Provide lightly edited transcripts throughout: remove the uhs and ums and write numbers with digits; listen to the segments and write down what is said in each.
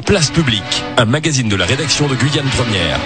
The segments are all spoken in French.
Place Publique, un magazine de la rédaction de Guyane Première.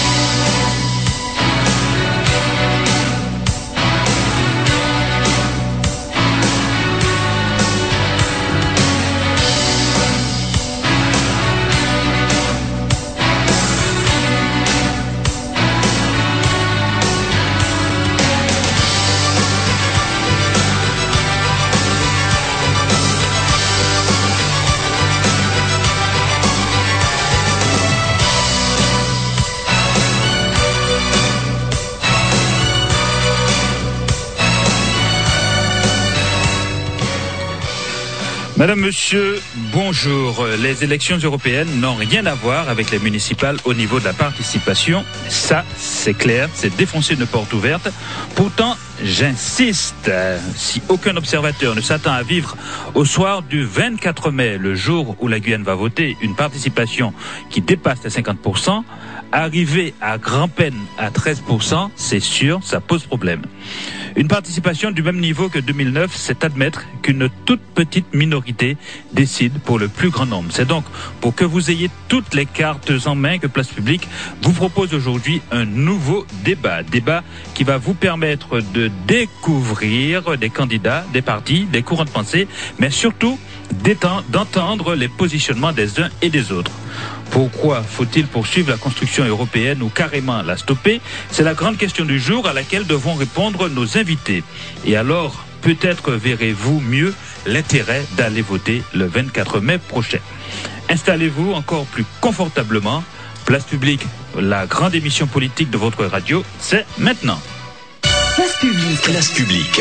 Madame, Monsieur, bonjour. Les élections européennes n'ont rien à voir avec les municipales au niveau de la participation. Ça, c'est clair, c'est défoncer une porte ouverte. Pourtant, j'insiste, si aucun observateur ne s'attend à vivre au soir du 24 mai, le jour où la Guyane va voter, une participation qui dépasse les 50%, arriver à grand-peine à 13%, c'est sûr, ça pose problème. Une participation du même niveau que 2009, c'est admettre qu'une toute petite minorité décide pour le plus grand nombre. C'est donc pour que vous ayez toutes les cartes en main que Place Publique vous propose aujourd'hui un nouveau débat. Débat qui va vous permettre de découvrir des candidats, des partis, des courants de pensée, mais surtout d'entendre les positionnements des uns et des autres. Pourquoi faut-il poursuivre la construction européenne ou carrément la stopper? C'est la grande question du jour à laquelle devront répondre nos invités. Et alors, peut-être verrez-vous mieux l'intérêt d'aller voter le 24 mai prochain. Installez-vous encore plus confortablement. Place Publique, la grande émission politique de votre radio, c'est maintenant. Place Publique. Place Publique.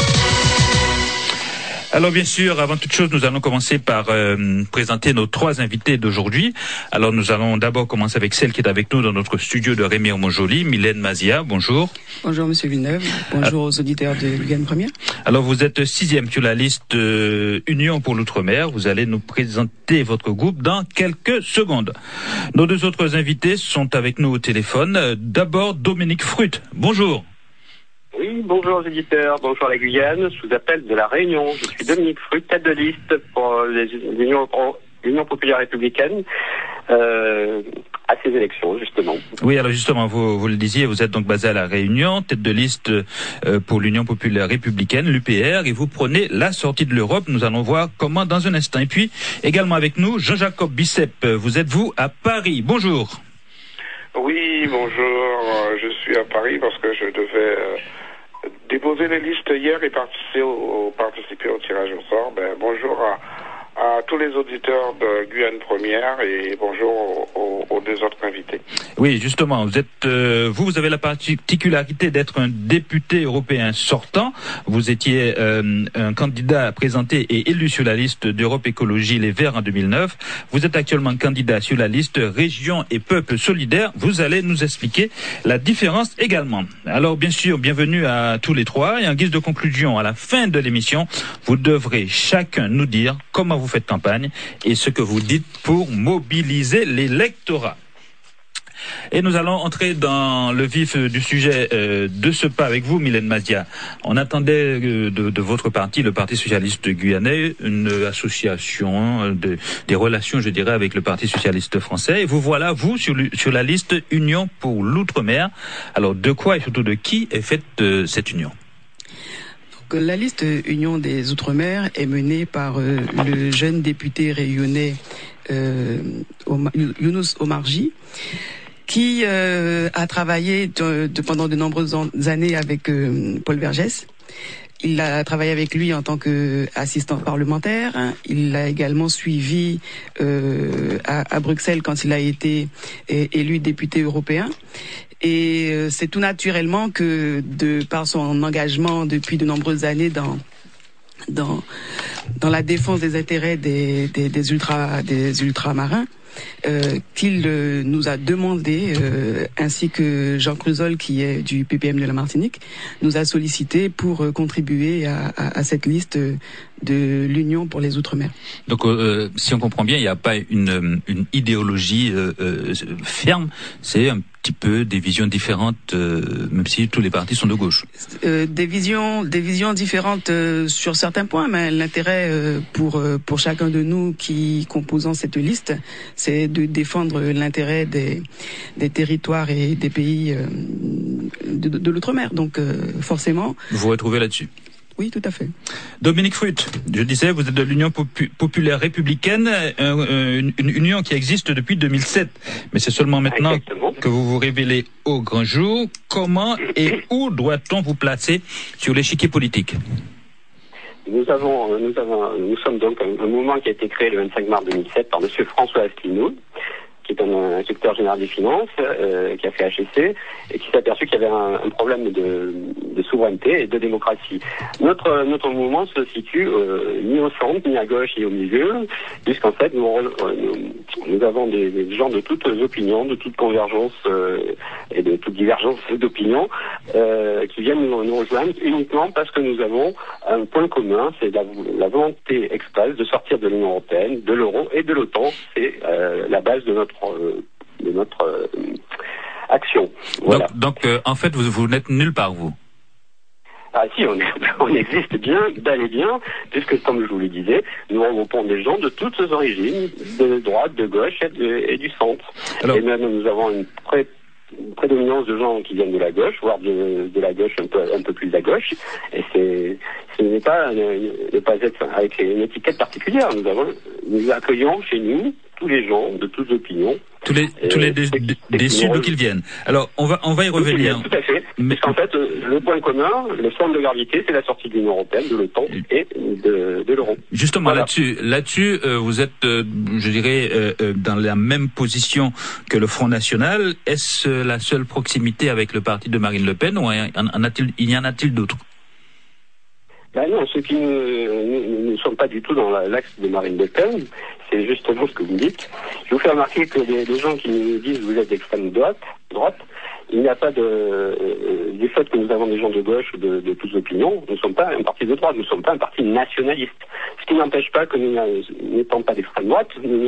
Alors bien sûr, avant toute chose, nous allons commencer par présenter nos trois invités d'aujourd'hui. Alors nous allons d'abord commencer avec celle qui est avec nous dans notre studio de Rémy-Montjoly, Mylène Mazia, bonjour. Bonjour Monsieur Villeneuve, bonjour aux auditeurs de Guyane Première. Alors vous êtes 6e sur la liste Union pour l'Outre-mer, vous allez nous présenter votre groupe dans quelques secondes. Nos deux autres invités sont avec nous au téléphone. D'abord Dominique Fruit, bonjour. Oui, bonjour aux éditeurs, bonjour la Guyane, je vous appelle de La Réunion. Je suis Dominique Fruit, tête de liste pour l'Union populaire républicaine à ces élections, justement. Oui, alors justement, vous le disiez, vous êtes donc basé à La Réunion, tête de liste pour l'Union populaire républicaine, l'UPR, et vous prenez la sortie de l'Europe. Nous allons voir comment dans un instant. Et puis, également avec nous, Jean-Jacob Bicep, vous êtes vous à Paris. Bonjour. Oui, bonjour, je suis à Paris parce que je devais déposer les listes hier et participer au tirage au sort. Bonjour à tous les auditeurs de Guyane Première et bonjour aux deux autres invités. Oui, justement, vous avez la particularité d'être un député européen sortant. Vous étiez un candidat présenté et élu sur la liste d'Europe Écologie Les Verts en 2009. Vous êtes actuellement candidat sur la liste Région et Peuple Solidaire. Vous allez nous expliquer la différence également. Alors, bien sûr, bienvenue à tous les trois. Et en guise de conclusion, à la fin de l'émission, vous devrez chacun nous dire comment vous faites campagne et ce que vous dites pour mobiliser l'électorat. Et nous allons entrer dans le vif du sujet de ce pas avec vous, Mylène Mazia. On attendait de votre parti, le Parti socialiste guyanais, une association des relations, je dirais, avec le Parti socialiste français. Et vous voilà, vous, sur la liste Union pour l'Outre-mer. Alors, de quoi et surtout de qui est faite cette union ? La liste Union des Outre-mer est menée par le jeune député réunionnais Younous Omarji, qui a travaillé pendant de nombreuses années avec Paul Vergès. Il a travaillé avec lui en tant qu'assistant parlementaire. Il l'a également suivi à Bruxelles quand il a été élu député européen. Et c'est tout naturellement que, de par son engagement depuis de nombreuses années dans la défense des intérêts des ultramarins, qu'il nous a demandé, ainsi que Jean Cruzol, qui est du PPM de la Martinique, nous a sollicité pour contribuer à cette liste de l'Union pour les Outre-mer. Donc, si on comprend bien, il n'y a pas une idéologie ferme, c'est un petit peu des visions différentes, même si tous les partis sont de gauche. Des visions différentes sur certains points, mais l'intérêt pour chacun de nous qui composons cette liste, c'est de défendre l'intérêt des territoires et des pays de l'outre-mer. Donc forcément... Vous vous retrouvez là-dessus. Oui, tout à fait. Dominique Fruit, je disais, vous êtes de l'Union populaire républicaine, une union qui existe depuis 2007. Mais c'est seulement maintenant que vous vous révélez au grand jour. Comment et où doit-on vous placer sur l'échiquier politique ? Nous sommes donc un mouvement qui a été créé le 25 mars 2007 par M. François Asselineau, qui est un inspecteur général des finances, qui a fait HEC, et qui s'est aperçu qu'il y avait un problème de souveraineté et de démocratie. Notre mouvement se situe ni au centre, ni à gauche, ni au milieu, puisqu'en fait, nous avons des gens de toutes opinions, de toutes convergences et de toutes divergences d'opinions, qui viennent nous rejoindre uniquement parce que nous avons un point commun, c'est la volonté expresse de sortir de l'Union européenne, de l'euro et de l'OTAN. C'est la base de notre action. Voilà. Donc en fait, vous n'êtes nulle part, vous. Ah si, on existe bien, bel et bien, puisque comme je vous le disais, nous regroupons des gens de toutes origines, de droite, de gauche et du centre. Alors, et même nous avons une prédominance de gens qui viennent de la gauche, voire de la gauche un peu plus à gauche, et ce n'est pas être avec une étiquette particulière. Nous accueillons chez nous tous les gens de toutes opinions. Tous les déçus d'où qu'ils viennent. Alors, on va y revenir. Tout à fait. Mais en fait, le point commun, le centre de gravité, c'est la sortie de l'Union européenne, de l'OTAN et de l'euro. Justement, voilà. Là-dessus, vous êtes, je dirais, dans la même position que le Front National. Est-ce la seule proximité avec le parti de Marine Le Pen ou il y en a-t-il d'autres? Ben non, nous ne sommes pas du tout dans l'axe de Marine Le Pen. C'est justement ce que vous dites. Je vous fais remarquer que les gens qui nous disent vous êtes d'extrême droite, il n'y a pas du fait que nous avons des gens de gauche ou de toutes opinions. Nous ne sommes pas un parti de droite, nous ne sommes pas un parti nationaliste. Ce qui n'empêche pas que nous n'étant pas d'extrême droite,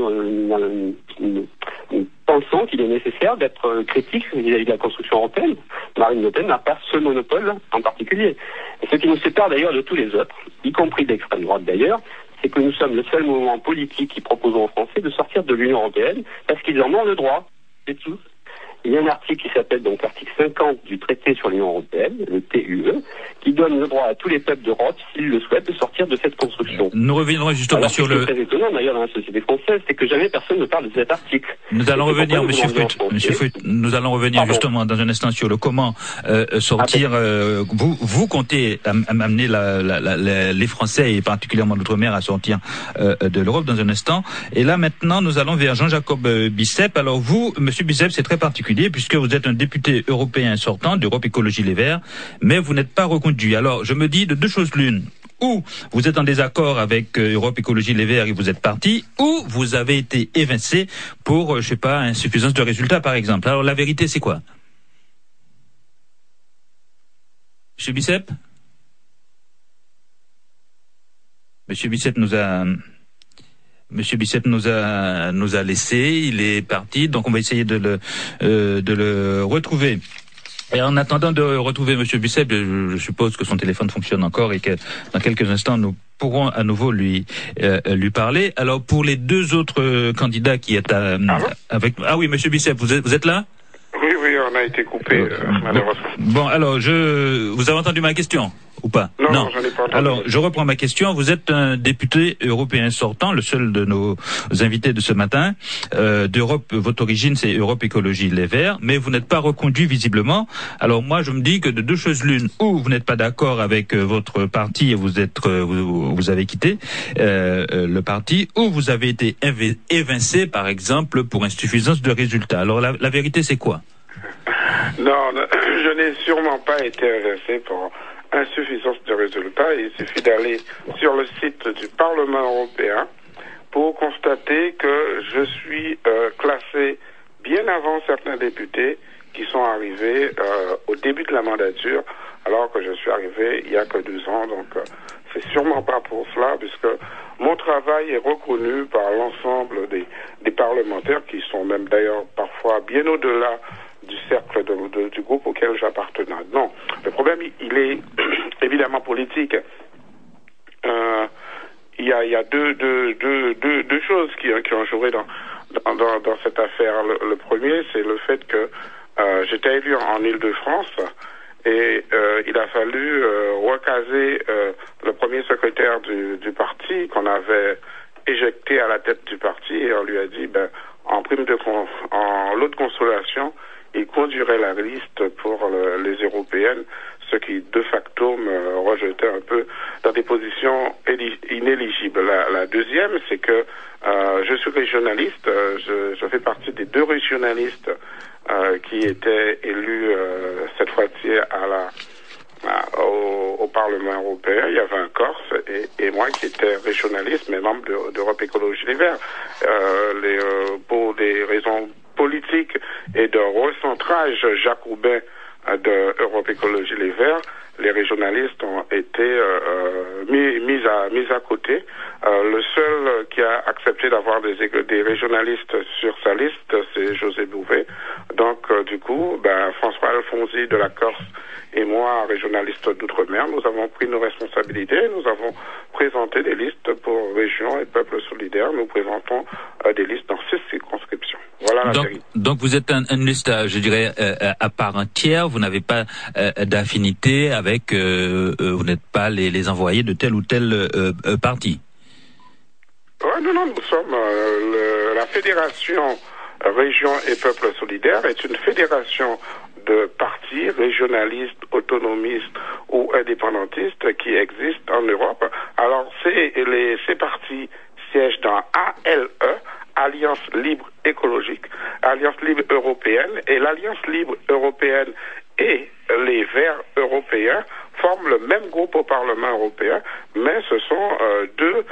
nous pensons qu'il est nécessaire d'être critique vis-à-vis de la construction européenne. Marine Le Pen n'a pas ce monopole en particulier. Et ce qui nous sépare d'ailleurs de tous les autres, y compris d'extrême droite d'ailleurs, c'est que nous sommes le seul mouvement politique qui proposons aux Français de sortir de l'Union européenne parce qu'ils en ont le droit. C'est tout. Il y a un article qui s'appelle donc l'article 50 du traité sur l'Union européenne, le TUE, qui donne le droit à tous les peuples d'Europe, s'ils le souhaitent, de sortir de cette construction. Nous reviendrons justement sur le... Ce qui est très étonnant d'ailleurs dans la société française, c'est que jamais personne ne parle de cet article. Nous allons revenir, Monsieur Fruit, nous allons revenir justement dans un instant sur le comment sortir. Vous comptez amener les Français et particulièrement l'outre-mer à sortir de l'Europe dans un instant. Et là maintenant, nous allons vers Jean-Jacob Bicep. Alors vous, Monsieur Bicep, c'est très particulier puisque vous êtes un député européen sortant d'Europe Écologie Les Verts, mais vous n'êtes pas reconduit. Alors, je me dis de deux choses l'une. Ou vous êtes en désaccord avec Europe Écologie Les Verts et vous êtes parti, ou vous avez été évincé pour, je sais pas, insuffisance de résultats, par exemple. Alors, la vérité, c'est quoi? Monsieur Bicep? Monsieur Bicep nous a laissé, il est parti, donc on va essayer de le retrouver. Et en attendant de retrouver Monsieur Bicep, je suppose que son téléphone fonctionne encore et que dans quelques instants nous pourrons à nouveau lui parler. Alors pour les deux autres candidats qui est avec... Ah oui, Monsieur Bicep, vous êtes là? Oui, on a été coupé, malheureusement. Bon, alors, vous avez entendu ma question ou pas? Non, j'en ai pas entendu. Alors, je reprends ma question. Vous êtes un député européen sortant, le seul de nos invités de ce matin. D'Europe, votre origine, c'est Europe Écologie Les Verts, mais vous n'êtes pas reconduit visiblement. Alors, moi, je me dis que de deux choses l'une, ou vous n'êtes pas d'accord avec votre parti et vous avez quitté le parti, ou vous avez été évincé, par exemple, pour insuffisance de résultats. Alors, la vérité, c'est quoi? Non, je n'ai sûrement pas été évincé pour insuffisance de résultats. Il suffit d'aller sur le site du Parlement européen pour constater que je suis classé bien avant certains députés qui sont arrivés au début de la mandature, alors que je suis arrivé il y a que 2 ans. Donc, c'est sûrement pas pour cela, puisque mon travail est reconnu par l'ensemble des parlementaires qui sont même d'ailleurs parfois bien au-delà du cercle du groupe auquel j'appartenais. Non, le problème, il est évidemment politique. Il y a deux choses qui ont joué dans cette affaire. Le premier, c'est le fait que j'étais élu en Île-de-France et il a fallu recaser le premier secrétaire du parti qu'on avait éjecté à la tête du parti, et on lui a dit, en lot de consolation, il conduirait la liste pour les européennes, ce qui de facto me rejetait un peu dans des positions inéligibles. La deuxième, c'est que je suis régionaliste, je fais partie des 2 régionalistes qui étaient élus cette fois-ci au Parlement européen. Il y avait un Corse et moi qui étais régionaliste, mais membre d'Europe Écologie Les Verts. Pour des raisons politiques et de recentrage jacobin d'Europe Écologie Les Verts, les régionalistes ont été mis à côté. Le seul qui a accepté d'avoir des régionalistes sur sa liste, c'est José Bouvet. Donc, du coup, François Alfonsi de la Corse et moi, régionaliste d'outre-mer, nous avons pris nos responsabilités. Nous avons présenté des listes pour Région et Peuple Solidaire. Nous présentons des listes dans 6 circonscriptions. Voilà la vérité. Donc, vous êtes une liste, je dirais, à part entière. Vous n'avez pas d'affinité avec, vous n'êtes pas les envoyés de tel ou tel parti. Non, nous sommes la Fédération Région et Peuple Solidaire est une fédération de partis régionalistes, autonomistes ou indépendantistes qui existent en Europe. Alors, ces partis siègent dans ALE, Alliance Libre Écologique, Alliance Libre Européenne, et l'Alliance Libre Européenne et les Verts européens forment le même groupe au Parlement européen, mais ce sont deux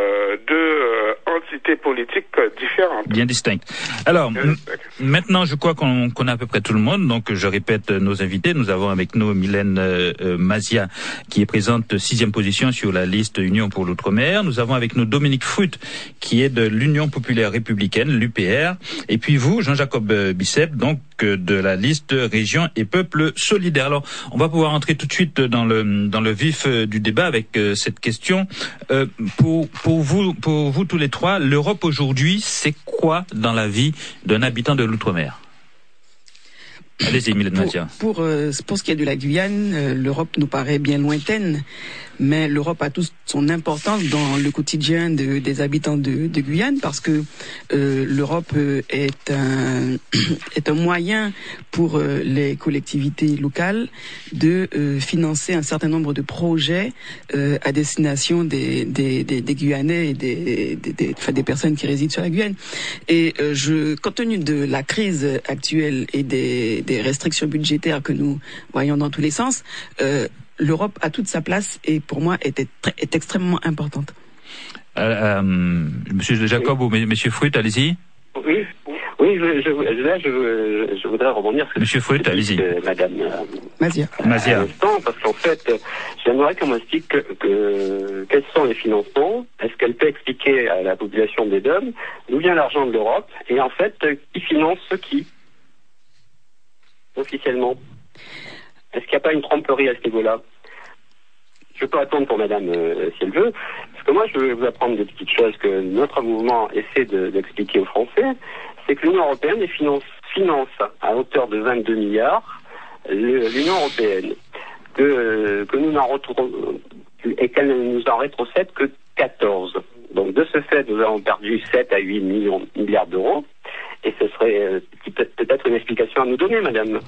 entités politiques différentes. Bien distinctes. Alors, maintenant, je crois qu'on a à peu près tout le monde. Donc, je répète nos invités. Nous avons avec nous Mylène Mazia, qui est présente 6e position sur la liste Union pour l'Outre-mer. Nous avons avec nous Dominique Fruit, qui est de l'Union populaire républicaine, l'UPR. Et puis vous, Jean-Jacob Bicep, donc de la liste Région et Peuple Solidaire. Alors, on va pouvoir entrer tout de suite dans le vif du débat avec cette question. Pour vous tous les trois, l'Europe aujourd'hui, c'est quoi dans la vie d'un habitant de l'outre-mer? Allez-y, Mylène Mazia. Pour ce qui est de la Guyane, l'Europe nous paraît bien lointaine, mais l'Europe a toute son importance dans le quotidien des habitants de Guyane, parce que l'Europe est un moyen pour les collectivités locales de financer un certain nombre de projets à destination des Guyanais et des personnes qui résident sur la Guyane. Et compte tenu de la crise actuelle et des restrictions budgétaires que nous voyons dans tous les sens, l'Europe a toute sa place et pour moi est extrêmement importante. Monsieur Jacob ou Monsieur Fruit, allez-y. Oui, je voudrais rebondir sur Monsieur Fruit, allez-y. Madame Mazia. Parce qu'en fait, j'aimerais qu'on m'explique quels sont les financements. Est-ce qu'elle peut expliquer à la population des DOM d'où vient l'argent de l'Europe et en fait, qui finance qui officiellement? Est-ce qu'il n'y a pas une tromperie à ce niveau-là? Je peux attendre pour madame si elle veut, parce que moi je vais vous apprendre des petites choses que notre mouvement essaie d'expliquer aux Français. C'est que l'Union européenne finance à hauteur de 22 milliards l'Union européenne, que nous n'en retrouvons et qu'elle ne nous en rétrocède que 14. Donc de ce fait, nous avons perdu 7 à 8 milliards d'euros, et ce serait peut-être une explication à nous donner, madame.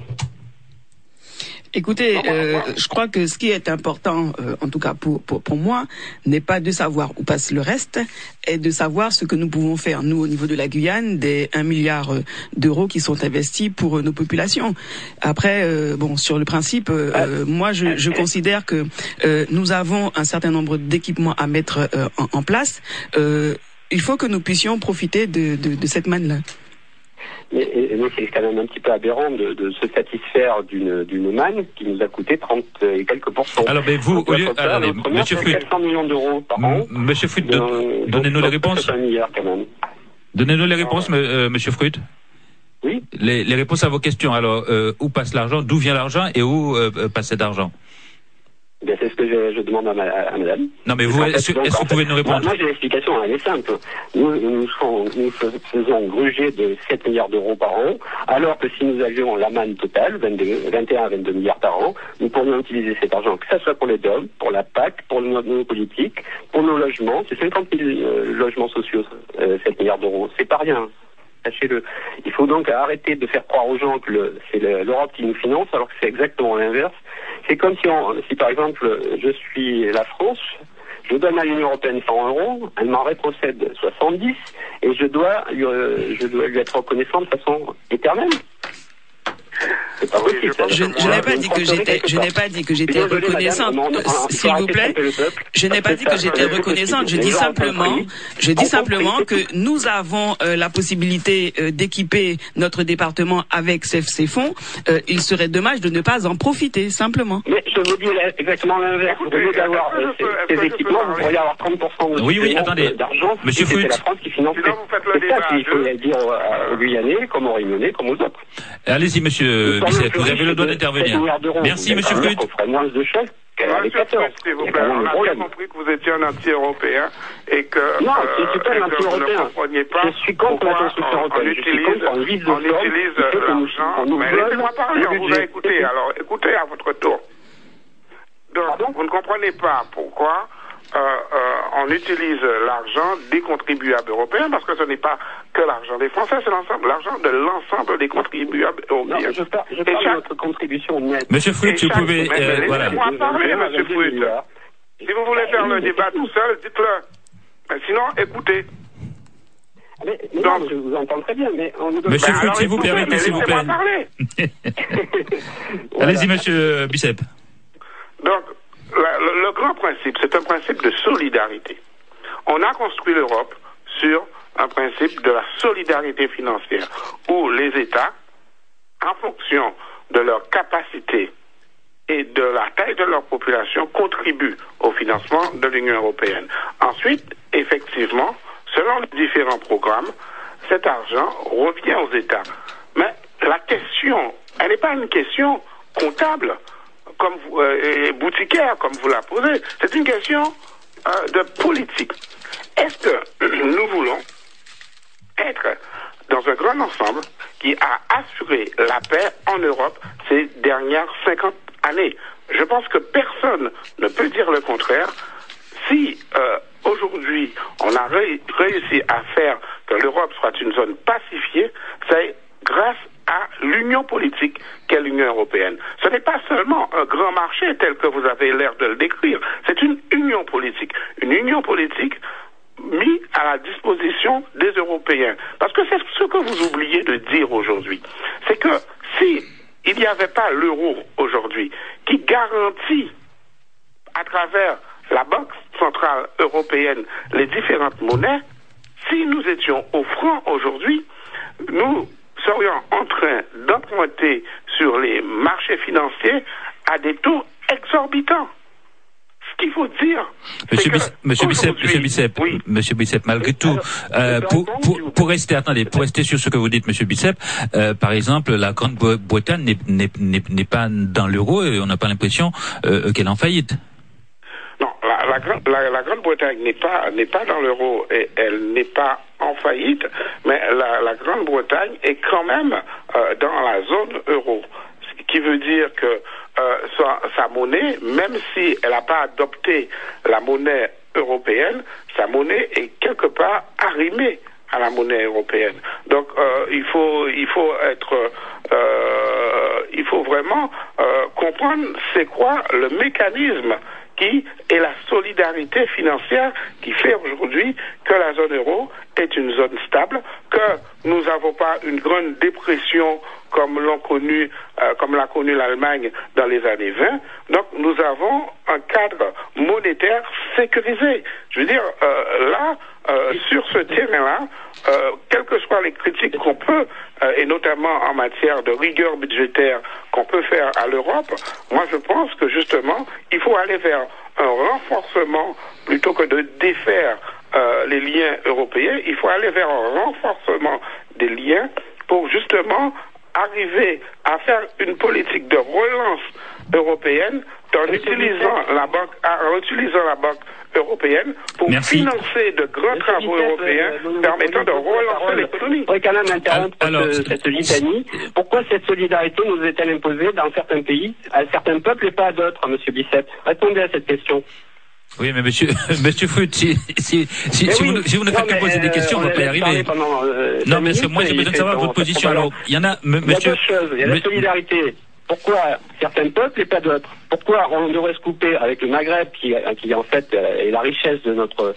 Écoutez, je crois que ce qui est important, en tout cas pour moi, n'est pas de savoir où passe le reste, et de savoir ce que nous pouvons faire, nous, au niveau de la Guyane, des 1 milliard d'euros qui sont investis pour nos populations. Après, sur le principe, moi, je considère que nous avons un certain nombre d'équipements à mettre en place. Il faut que nous puissions profiter de cette manne-là. Mais c'est quand même un petit peu aberrant de se satisfaire d'une manne qui nous a coûté 30 et quelques pourcents. Alors, mais vous, au lieu, Monsieur Fruit, 400 millions d'euros par an. Monsieur Fruit, donnez-nous les réponses. C'est un milliard quand même. Donnez-nous les réponses, Monsieur Fruit. Oui. Les réponses à vos questions. Alors, où passe l'argent, d'où vient l'argent et où passe cet argent? Ben, c'est ce que je demande à madame. Non, mais vous, est-ce que vous pouvez nous répondre? Moi, j'ai l'explication, elle est simple. Nous faisons gruger de 7 milliards d'euros par an, alors que si nous avions la manne totale, 21 à 22 milliards par an, nous pourrions utiliser cet argent, que ce soit pour les DOM, pour la PAC, pour nos politiques, pour nos logements. C'est 50 000 logements sociaux, 7 milliards d'euros. C'est pas rien. Sachez-le. Il faut donc arrêter de faire croire aux gens que c'est l'Europe qui nous finance, alors que c'est exactement l'inverse. C'est comme si par exemple, je suis la France, je donne à l'Union européenne 100 euros, elle m'en rétrocède 70, et je dois lui être reconnaissant de façon éternelle. C'est pas possible. Je n'ai pas dit que j'étais reconnaissante, s'il vous plaît. Je n'ai pas dit que j'étais reconnaissante. Je dis simplement que nous avons la possibilité d'équiper notre département avec ces fonds. Il serait dommage de ne pas en profiter, simplement. Mais je vous dis exactement l'inverse. Au lieu d'avoir ces équipements, vous pourriez avoir 30% d'argent. Monsieur Fruit, c'est la Fruit. France qui finance. C'est ça qu'il faut dire aux Guyanais, comme aux Réunionnais, comme aux autres. Allez-y, monsieur Bicep, vous avez le droit d'intervenir. Merci, monsieur Fruit. S'il vous plaît, on a bien compris que vous étiez un anti-européen et que non, je ne suis pas un anti-européen. Vous ne compreniez pas je suis contre la construction européenne. On utilise l'argent. Mais laissez-moi parler, on vous a écouté. Alors, écoutez à votre tour. Donc, vous ne comprenez pas pourquoi on utilise l'argent des contribuables européens, parce que ce n'est pas que l'argent des Français, c'est l'argent de l'ensemble des contribuables européens. Non, je parle de notre contribution nette. Monsieur Fruit, si vous pouvez... voilà. Laissez-moi parler, monsieur Fruit. Si vous voulez faire le débat tout seul, dites-le. Sinon, écoutez. Mais non, je vous entends très bien, mais on nous donne... Monsieur Fruit, s'il vous permettez, s'il vous plaît. Allez-y, monsieur Bicep. Donc, le grand principe, c'est un principe de solidarité. On a construit l'Europe sur un principe de la solidarité financière, où les États, en fonction de leur capacité et de la taille de leur population, contribuent au financement de l'Union européenne. Ensuite, effectivement, selon les différents programmes, cet argent revient aux États. Mais la question, elle n'est pas une question comptable, comme boutiquière, comme vous la posez. C'est une question de politique. Est-ce que nous voulons être dans un grand ensemble qui a assuré la paix en Europe ces dernières 50 années? Je pense que personne ne peut dire le contraire. Si aujourd'hui on a réussi à faire que l'Europe soit une zone pacifiée, c'est grâce à l'union politique qu'est l'Union européenne. Ce n'est pas seulement un grand marché tel que vous avez l'air de le décrire, c'est une union politique. Une union politique mise à la disposition des Européens. Parce que c'est ce que vous oubliez de dire aujourd'hui. C'est que si il n'y avait pas l'euro aujourd'hui, qui garantit à travers la Banque centrale européenne les différentes monnaies, si nous étions au franc aujourd'hui, nous serions en train d'emprunter sur les marchés financiers à des taux exorbitants. Ce qu'il faut dire, Monsieur Bicep, malgré tout, pour rester sur ce que vous dites, Monsieur Bicep, par exemple, la Grande-Bretagne n'est pas dans l'euro et on n'a pas l'impression qu'elle est en faillite. Non, la Grande-Bretagne n'est pas dans l'euro et elle n'est pas en faillite, mais la Grande-Bretagne est quand même dans la zone euro. Ce qui veut dire que sa monnaie, même si elle n'a pas adopté la monnaie européenne, sa monnaie est quelque part arrimée à la monnaie européenne. Donc il faut vraiment comprendre c'est quoi le mécanisme qui est la solidarité financière qui fait aujourd'hui que la zone euro est une zone stable, que nous n'avons pas une grande dépression comme l'a connu l'Allemagne dans les années 20. Donc nous avons un cadre monétaire sécurisé. Je veux dire, sur ce terrain-là, quelles que soient les critiques qu'on peut, et notamment en matière de rigueur budgétaire qu'on peut faire à l'Europe, moi je pense que justement, il faut aller vers un renforcement plutôt que de défaire les liens européens. Il faut aller vers un renforcement des liens pour justement arriver à faire une politique de relance européenne en utilisant la banque européenne pour financer de grands travaux européens permettant de relancer l'économie. Je pourrais quand même interrompre cette litanie. Pourquoi cette solidarité nous est-elle imposée dans certains pays, à certains peuples et pas à d'autres, monsieur Bicêtre? Répondez à cette question. Oui, mais monsieur Fruit, si vous ne faites que poser des questions, on ne va pas y arriver. Non, mais moi, j'ai besoin de savoir votre position. Alors, il y en a, monsieur. Il y a la solidarité. Pourquoi certains peuples et pas d'autres? Pourquoi on devrait se couper avec le Maghreb qui en fait est la richesse de notre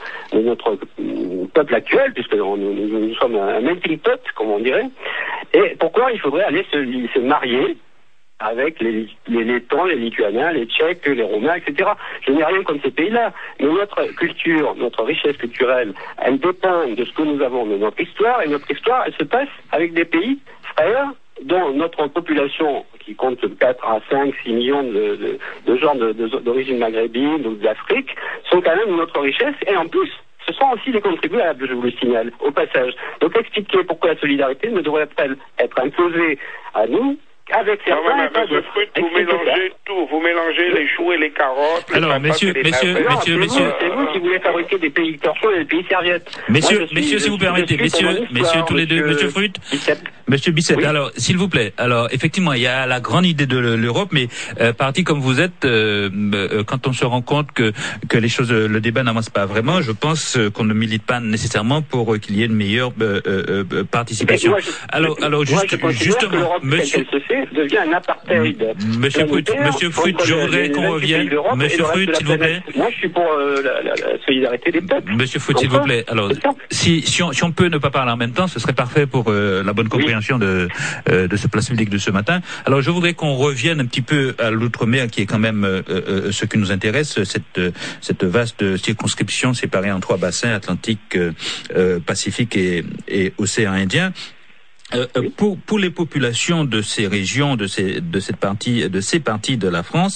peuple actuel, puisque nous sommes un melting pot, comme on dirait. Et pourquoi il faudrait aller se marier avec les Lettons, les Lituaniens, les Tchèques, les Roumains, etc. Je n'ai rien contre ces pays-là, mais notre culture, notre richesse culturelle, elle dépend de ce que nous avons de notre histoire, et notre histoire, elle se passe avec des pays frères dont notre population, qui compte 4 à 5, 6 millions de gens d'origine maghrébine ou d'Afrique, sont quand même notre richesse, et en plus, ce sont aussi des contribuables, je vous le signale, au passage. Donc expliquer pourquoi la solidarité ne devrait-elle être imposée à nous, avec certains... Monsieur Fruit, vous mélangez tout. Vous mélangez les choux et les carottes. Alors, messieurs... C'est vous qui voulez fabriquer des pays torchons et des pays serviettes. Messieurs, si vous permettez, messieurs tous les deux, monsieur Fruit, monsieur Bicêtre, oui. Alors, s'il vous plaît. Alors, effectivement, il y a la grande idée de l'Europe, mais parti comme vous êtes, quand on se rend compte que les choses, le débat n'avance pas vraiment, je pense qu'on ne milite pas nécessairement pour qu'il y ait une meilleure participation. Alors, justement, monsieur... devient un apartheid. Monsieur Fruit, je voudrais qu'on revienne. Monsieur Fruit, s'il vous plaît. Moi, je suis pour la solidarité des peuples. Monsieur Fruit, s'il vous plaît. Alors, si on peut ne pas parler en même temps, ce serait parfait pour la bonne compréhension de ce place public de ce matin. Alors, je voudrais qu'on revienne un petit peu à l'outre-mer, qui est quand même ce qui nous intéresse, cette vaste circonscription séparée en 3 bassins, Atlantique, Pacifique et Océan Indien. Pour les populations de ces régions, de ces parties de la France,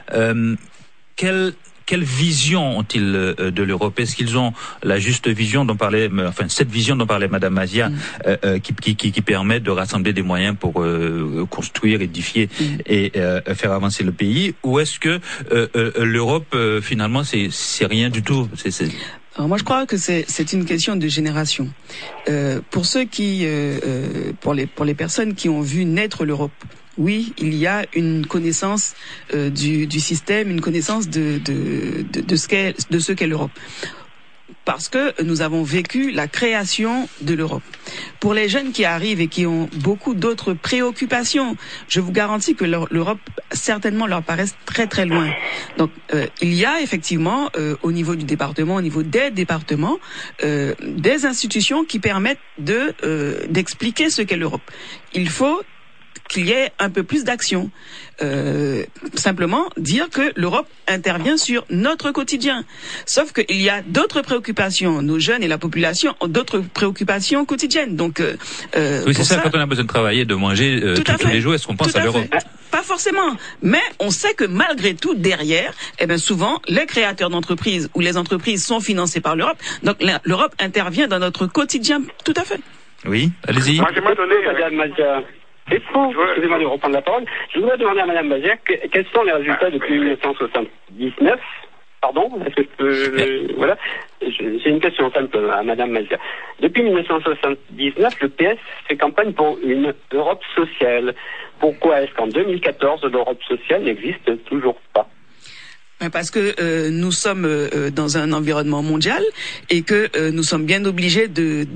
quelle vision ont-ils de l'Europe? Est-ce qu'ils ont la juste vision cette vision dont parlait Madame Mazia, qui permet de rassembler des moyens pour construire, édifier et faire avancer le pays? Ou est-ce que l'Europe finalement c'est rien du tout? Alors moi je crois que c'est une question de génération. Pour ceux pour les personnes qui ont vu naître l'Europe, oui, il y a une connaissance du système, une connaissance de ce qu'est l'Europe. Parce que nous avons vécu la création de l'Europe. Pour les jeunes qui arrivent et qui ont beaucoup d'autres préoccupations, je vous garantis que l'Europe certainement leur paraît très très loin. Donc il y a effectivement au niveau du département, au niveau des départements, des institutions qui permettent d'expliquer ce qu'est l'Europe. Il faut qu'il y ait un peu plus d'action. Simplement dire que l'Europe intervient sur notre quotidien. Sauf qu'il y a d'autres préoccupations. Nos jeunes et la population ont d'autres préoccupations quotidiennes. Donc, oui, c'est ça, quand on a besoin de travailler, de manger tous les jours, est-ce qu'on pense à l'Europe? Pas forcément. Mais on sait que malgré tout, derrière, souvent, les créateurs d'entreprises ou les entreprises sont financés par l'Europe. Donc, l'Europe intervient dans notre quotidien. Tout à fait. Oui, allez-y. Moi, j'aimerais donner... C'est faux, excusez-moi de reprendre la parole. Je voudrais demander à Mme Mazia quels sont les résultats depuis 1979. Pardon, est-ce que je peux... Voilà. J'ai une question simple à Mme Mazia. Depuis 1979, le PS fait campagne pour une Europe sociale. Pourquoi est-ce qu'en 2014, l'Europe sociale n'existe toujours pas? Parce que nous sommes dans un environnement mondial et que nous sommes bien obligés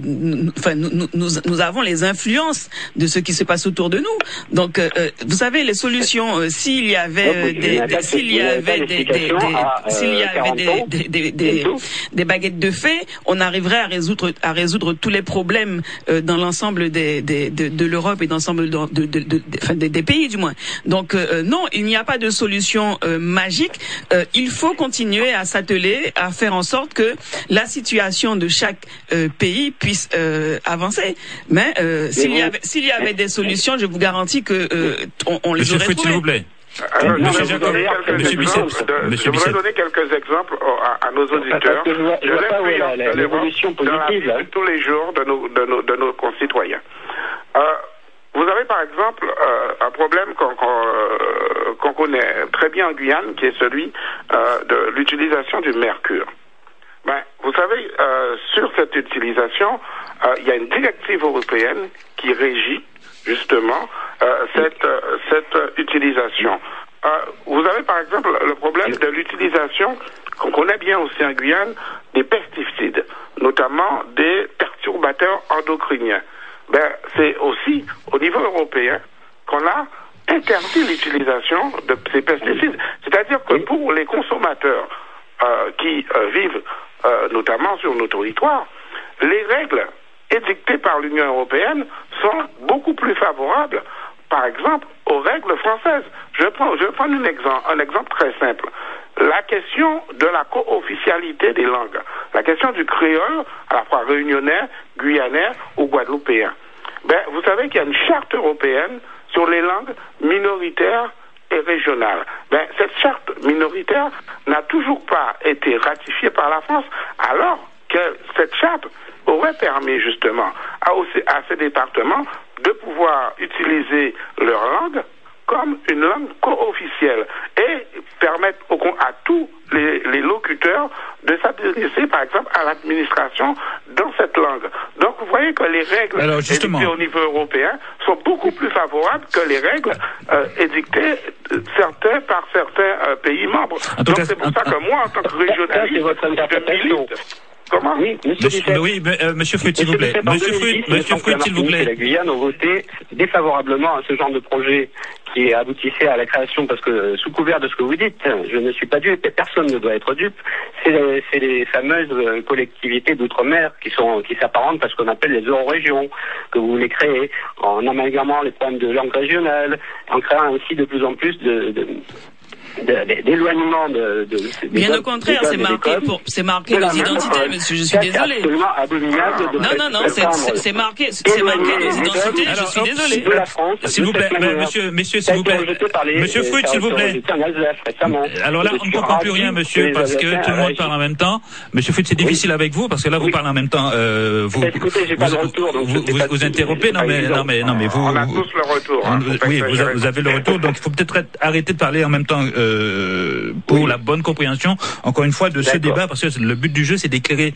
nous avons les influences de ce qui se passe autour de nous. Donc vous savez, les solutions, s'il y avait des baguettes de fée, on arriverait à résoudre tous les problèmes dans l'ensemble de l'Europe et dans l'ensemble des pays du moins. Donc non, il n'y a pas de solution magique. Il faut continuer à s'atteler, à faire en sorte que la situation de chaque pays puisse avancer. Mais s'il y avait des solutions, je vous garantis que on les aurait trouvées. S'il vous plaît. Alors, je voudrais donner quelques exemples à nos auditeurs. Je vois pas l'évolution positive tous les jours de nos concitoyens. vous avez par exemple un problème qu'on connaît très bien en Guyane, qui est celui de l'utilisation du mercure. Ben, vous savez, sur cette utilisation, il y a une directive européenne qui régit justement cette utilisation. Vous avez par exemple le problème de l'utilisation qu'on connaît bien aussi en Guyane des pesticides, notamment des perturbateurs endocriniens. Ben, c'est aussi au niveau européen qu'on a interdit l'utilisation de ces pesticides. C'est-à-dire que pour les consommateurs qui vivent notamment sur nos territoires, les règles édictées par l'Union européenne sont beaucoup plus favorables, par exemple, aux règles françaises. Je vais prendre un exemple très simple. La question de la co-officialité des langues. La question du créole, à la fois réunionnais, guyanais ou guadeloupéen. Ben, vous savez qu'il y a une charte européenne sur les langues minoritaires et régionales. Ben, cette charte minoritaire n'a toujours pas été ratifiée par la France, alors que cette charte aurait permis justement à ces départements de pouvoir utiliser leur langue comme une langue co-officielle et permettre à tous les locuteurs de s'adresser, par exemple, à l'administration dans cette langue. Donc, vous voyez que les règles édictées au niveau européen sont beaucoup plus favorables que les règles édictées par certains pays membres. Donc, c'est pour ça que moi, en tant que régionaliste, je milite. Comment? Oui, Monsieur Fruit, s'il vous plaît. Monsieur Fruit, s'il vous plaît. La Guyane ont voté défavorablement à ce genre de projet qui aboutissait à la création, parce que sous couvert de ce que vous dites, je ne suis pas dupe et personne ne doit être dupe, c'est les fameuses collectivités d'outre-mer qui s'apparentent à ce qu'on appelle les eurorégions, que vous voulez créer, en amalgamant les problèmes de langue régionale, en créant ainsi de plus en plus d'éloignement bien au contraire, c'est marqué nos identités, monsieur, je suis désolé. Absolument abominable. Non, c'est marqué nos identités, je suis désolé. S'il vous plaît, monsieur, s'il vous plaît. Monsieur Fruit, s'il vous plaît. Alors là, on ne comprend plus rien, monsieur, parce que tout le monde parle en même temps. Monsieur Fruit, c'est difficile avec vous, parce que là, vous parlez en même temps, vous interrompez, non, mais vous. On a tous le retour. Oui, vous avez le retour, donc il faut peut-être arrêter de parler en même temps. Pour la bonne compréhension, encore une fois, de ce débat, parce que le but du jeu, c'est d'éclairer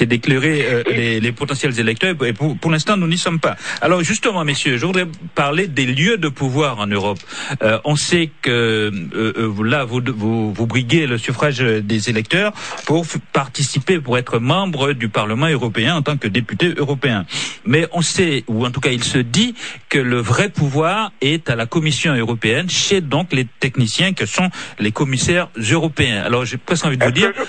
les potentiels électeurs, et pour l'instant, nous n'y sommes pas. Alors, justement, messieurs, je voudrais parler des lieux de pouvoir en Europe. On sait que là, vous briguez le suffrage des électeurs pour participer, pour être membre du Parlement européen en tant que député européen. Mais on sait, ou en tout cas, il se dit que le vrai pouvoir est à la Commission européenne, chez donc les techniciens que sont les commissaires européens. Alors, j'ai presque envie de vous dire,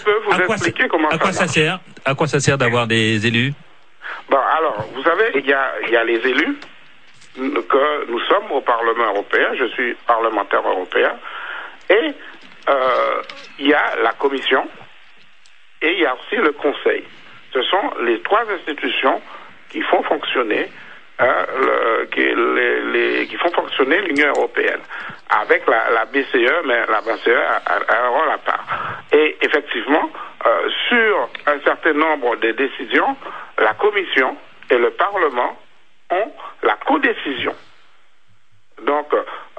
à quoi ça sert d'avoir des élus? Bon, alors, vous savez, il y a les élus que nous sommes au Parlement européen. Je suis parlementaire européen. Et il y a la Commission et il y a aussi le Conseil. Ce sont les trois institutions qui font fonctionner qui font fonctionner l'Union européenne, avec la BCE, mais la BCE a un rôle à part. Et effectivement, sur un certain nombre de décisions, la Commission et le Parlement ont la codécision. Donc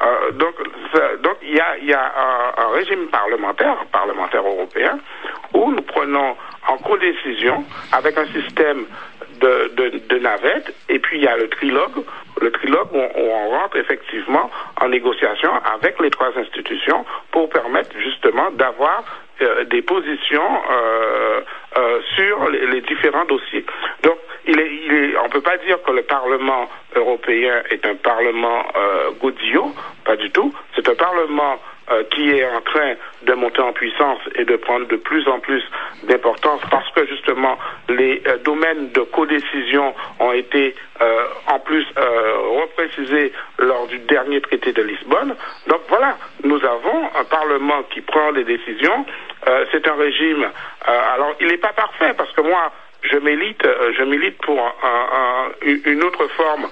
il y a un régime parlementaire européen, où nous prenons en codécision avec un système de navette, et puis il y a le trilogue où on rentre effectivement en négociation avec les trois institutions pour permettre justement d'avoir des positions sur les différents dossiers. Donc on peut pas dire que le Parlement européen est un Parlement godillot, pas du tout. C'est un Parlement qui est en train de monter en puissance et de prendre de plus en plus d'importance, parce que justement les domaines de codécision ont été en plus reprécisés lors du dernier traité de Lisbonne. Donc voilà, nous avons un Parlement qui prend des décisions. C'est un régime, alors il n'est pas parfait, parce que moi je milite pour une autre forme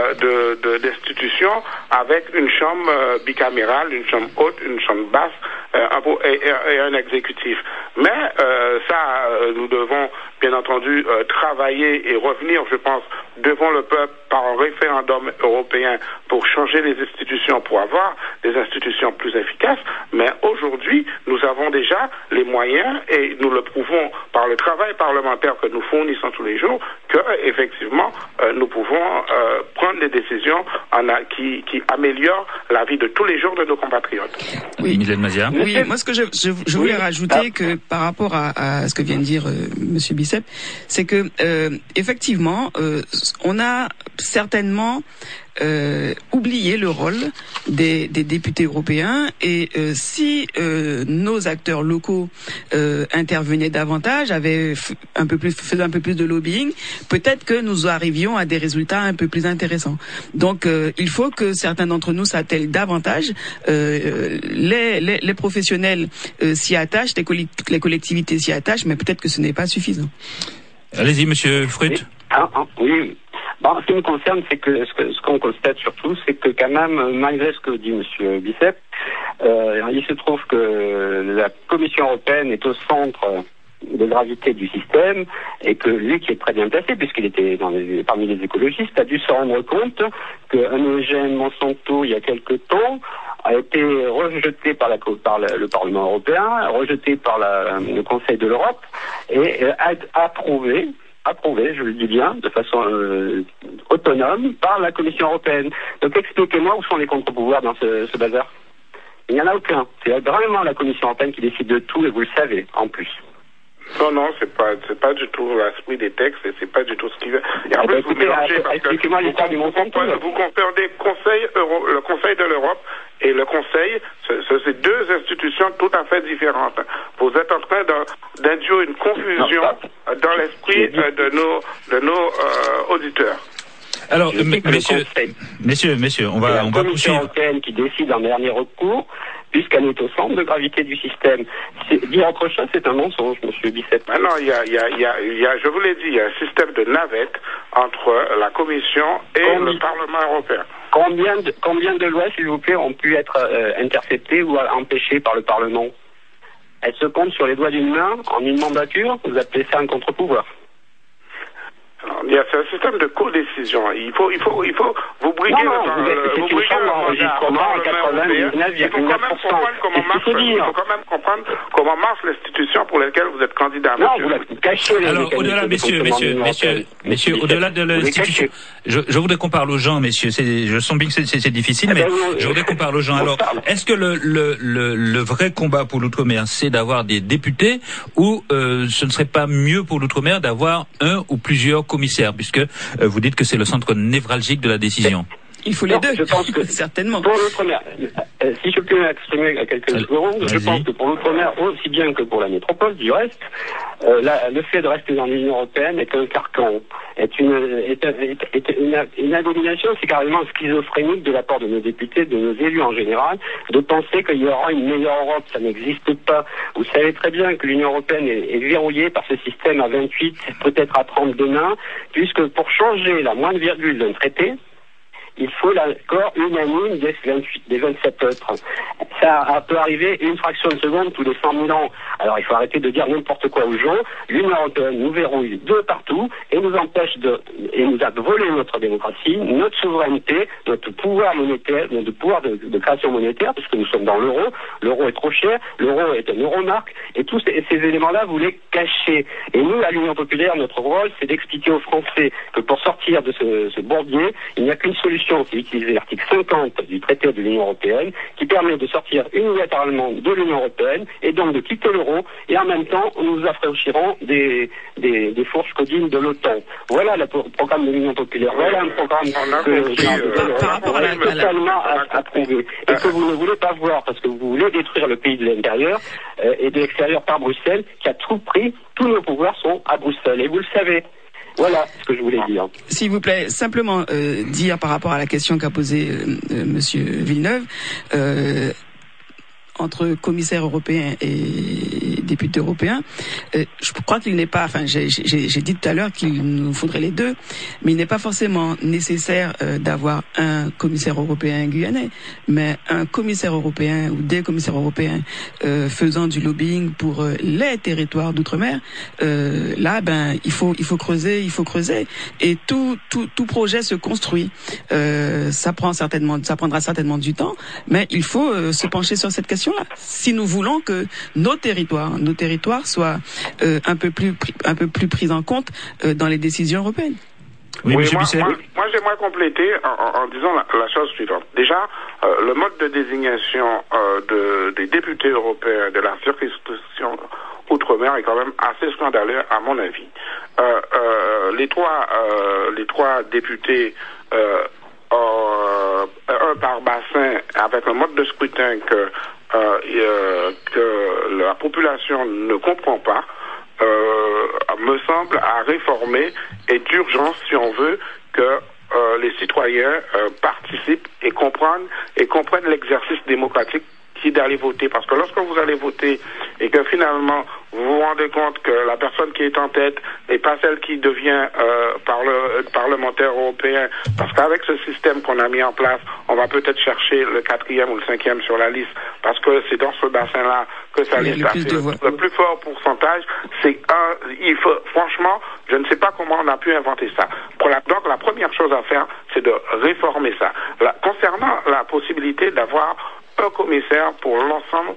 d'institution, avec une chambre bicamérale, une chambre haute, une chambre basse, et un exécutif. Mais nous devons bien entendu travailler et revenir, je pense, devant le peuple par un référendum européen pour changer les institutions, pour avoir des institutions plus efficaces. Mais aujourd'hui, nous avons déjà les moyens, et nous le prouvons par le travail parlementaire que nous fournissons tous les jours, que effectivement nous pouvons prendre des décisions qui améliorent la vie de tous les jours de nos compatriotes. Oui, Mylène Mazia. Oui, moi ce que je voulais rajouter que par rapport à ce que vient de dire Monsieur Bicep, c'est que effectivement on a certainement oublié le rôle des députés européens, et si nos acteurs locaux intervenaient davantage, faisaient un peu plus de lobbying, peut-être que nous arrivions à des résultats un peu plus intéressants. Donc il faut que certains d'entre nous s'attellent davantage. Les professionnels s'y attachent, les collectivités s'y attachent, mais peut-être que ce n'est pas suffisant. Allez-y, Monsieur Fruit. Oui. Bon, ce qui me concerne, c'est que ce qu'on constate surtout, c'est que quand même, malgré ce que dit Monsieur Bicep, il se trouve que la Commission européenne est au centre de gravité du système, et que lui, qui est très bien placé, puisqu'il était parmi les écologistes, a dû se rendre compte qu'un OGM Monsanto, il y a quelque temps, a été rejeté par le Parlement européen, rejeté par le Conseil de l'Europe, et approuvé, je le dis bien, de façon autonome, par la Commission européenne. Donc expliquez-moi où sont les contre-pouvoirs dans ce bazar. Il n'y en a aucun. C'est vraiment la Commission européenne qui décide de tout, et vous le savez, en plus. Non, c'est pas du tout l'esprit des textes, et c'est pas du tout ce qui veut. Et en plus, vous mélangez, parce que expliquez-moi l'histoire du Monsanto. Vous confondez le Conseil de l'Europe et le Conseil, c'est deux institutions tout à fait différentes. Vous êtes en train d'induire une confusion dans l'esprit de nos auditeurs. Alors, messieurs, on va poursuivre. La Commission européenne qui décide en dernier recours, puisqu'elle est au centre de gravité du système. Dire autre chose, c'est un mensonge, Monsieur Bicep. Ah non, je vous l'ai dit, il y a un système de navette entre la Commission et le Parlement européen. Combien de lois, s'il vous plaît, ont pu être interceptées ou empêchées par le Parlement? Elles se comptent sur les doigts d'une main, en une mandature. Vous appelez ça un contre-pouvoir? C'est un système de codécision. Il faut vous briguer l'enregistrement en 99,9%. Il faut quand même comprendre comment marche l'institution pour laquelle vous êtes candidat. Non, vous la cachez. Alors, au-delà, messieurs, au-delà de l'institution, je voudrais qu'on parle aux gens, messieurs. Je sens bien que c'est difficile, mais je voudrais qu'on parle aux gens. Alors, est-ce que le vrai combat pour l'outre-mer, c'est d'avoir des députés, ou ce ne serait pas mieux pour l'outre-mer d'avoir un ou plusieurs commissaires, puisque vous dites que c'est le centre névralgique de la décision? Il faut les deux, je pense que certainement. Pour l'outre-mer, si je peux m'exprimer à quelques secondes, je pense que pour l'outre-mer, aussi bien que pour la métropole, du reste, le fait de rester dans l'Union européenne est un carcan, est une abomination, c'est carrément schizophrénique de la part de nos députés, de nos élus en général, de penser qu'il y aura une meilleure Europe. Ça n'existe pas. Vous savez très bien que l'Union européenne est verrouillée par ce système à 28, peut-être à 30 demain, puisque pour changer la moindre virgule d'un traité, il faut l'accord unanime des 27 autres. Ça peut arriver une fraction de seconde tous les 100 000 ans. Alors il faut arrêter de dire n'importe quoi aux gens. L'Union européenne nous verrouille de partout et nous empêche et nous a volé notre démocratie, notre souveraineté, notre pouvoir monétaire, notre pouvoir de création monétaire, puisque nous sommes dans l'euro. L'euro est trop cher, l'euro est un euromarque, et tous ces éléments-là, vous les cachez. Et nous, à l'Union populaire, notre rôle, c'est d'expliquer aux Français que pour sortir de ce bourbier, il n'y a qu'une solution, c'est utiliser l'article 50 du traité de l'Union européenne, qui permet de sortir unilatéralement de l'Union européenne, et donc de quitter l'euro, et en même temps, nous affranchirons des fourches codines de l'OTAN. Voilà le programme de l'Union populaire. Voilà un programme totalement approuvé. Et que vous ne voulez pas voir, parce que vous voulez détruire le pays de l'intérieur et de l'extérieur par Bruxelles, qui a tout pris, tous nos pouvoirs sont à Bruxelles. Et vous le savez. Voilà ce que je voulais dire. S'il vous plaît, simplement dire par rapport à la question qu'a posée Monsieur Villeneuve, entre commissaires européens et députés européens, je crois qu'il n'est pas, enfin j'ai dit tout à l'heure qu'il nous faudrait les deux, mais il n'est pas forcément nécessaire d'avoir un commissaire européen guyanais, mais un commissaire européen ou des commissaires européens faisant du lobbying pour les territoires d'outre-mer. Là, il faut creuser, et tout projet se construit. Ça prendra certainement du temps, mais il faut se pencher sur cette question-là. Si nous voulons que nos territoires soient un peu plus pris en compte dans les décisions européennes. Oui, moi j'aimerais compléter en disant la chose suivante. Déjà, le mode de désignation des députés européens de la circonscription Outre-mer est quand même assez scandaleux à mon avis. Les trois députés, un par bassin, avec un mode de scrutin que la population ne comprend pas, me semble à réformer et d'urgence si on veut que les citoyens participent et comprennent l'exercice démocratique qui est d'aller voter. Parce que lorsque vous allez voter et que finalement vous vous rendez compte que la personne qui est en tête n'est pas celle qui devient parlementaire européen, parce qu'avec ce système qu'on a mis en place, on va peut-être chercher le 4e ou le 5e sur la liste, parce que c'est dans ce bassin-là que ça liste le plus fort pourcentage. Franchement, je ne sais pas comment on a pu inventer ça. Donc la première chose à faire, c'est de réformer ça. Concernant la possibilité d'avoir un commissaire pour l'ensemble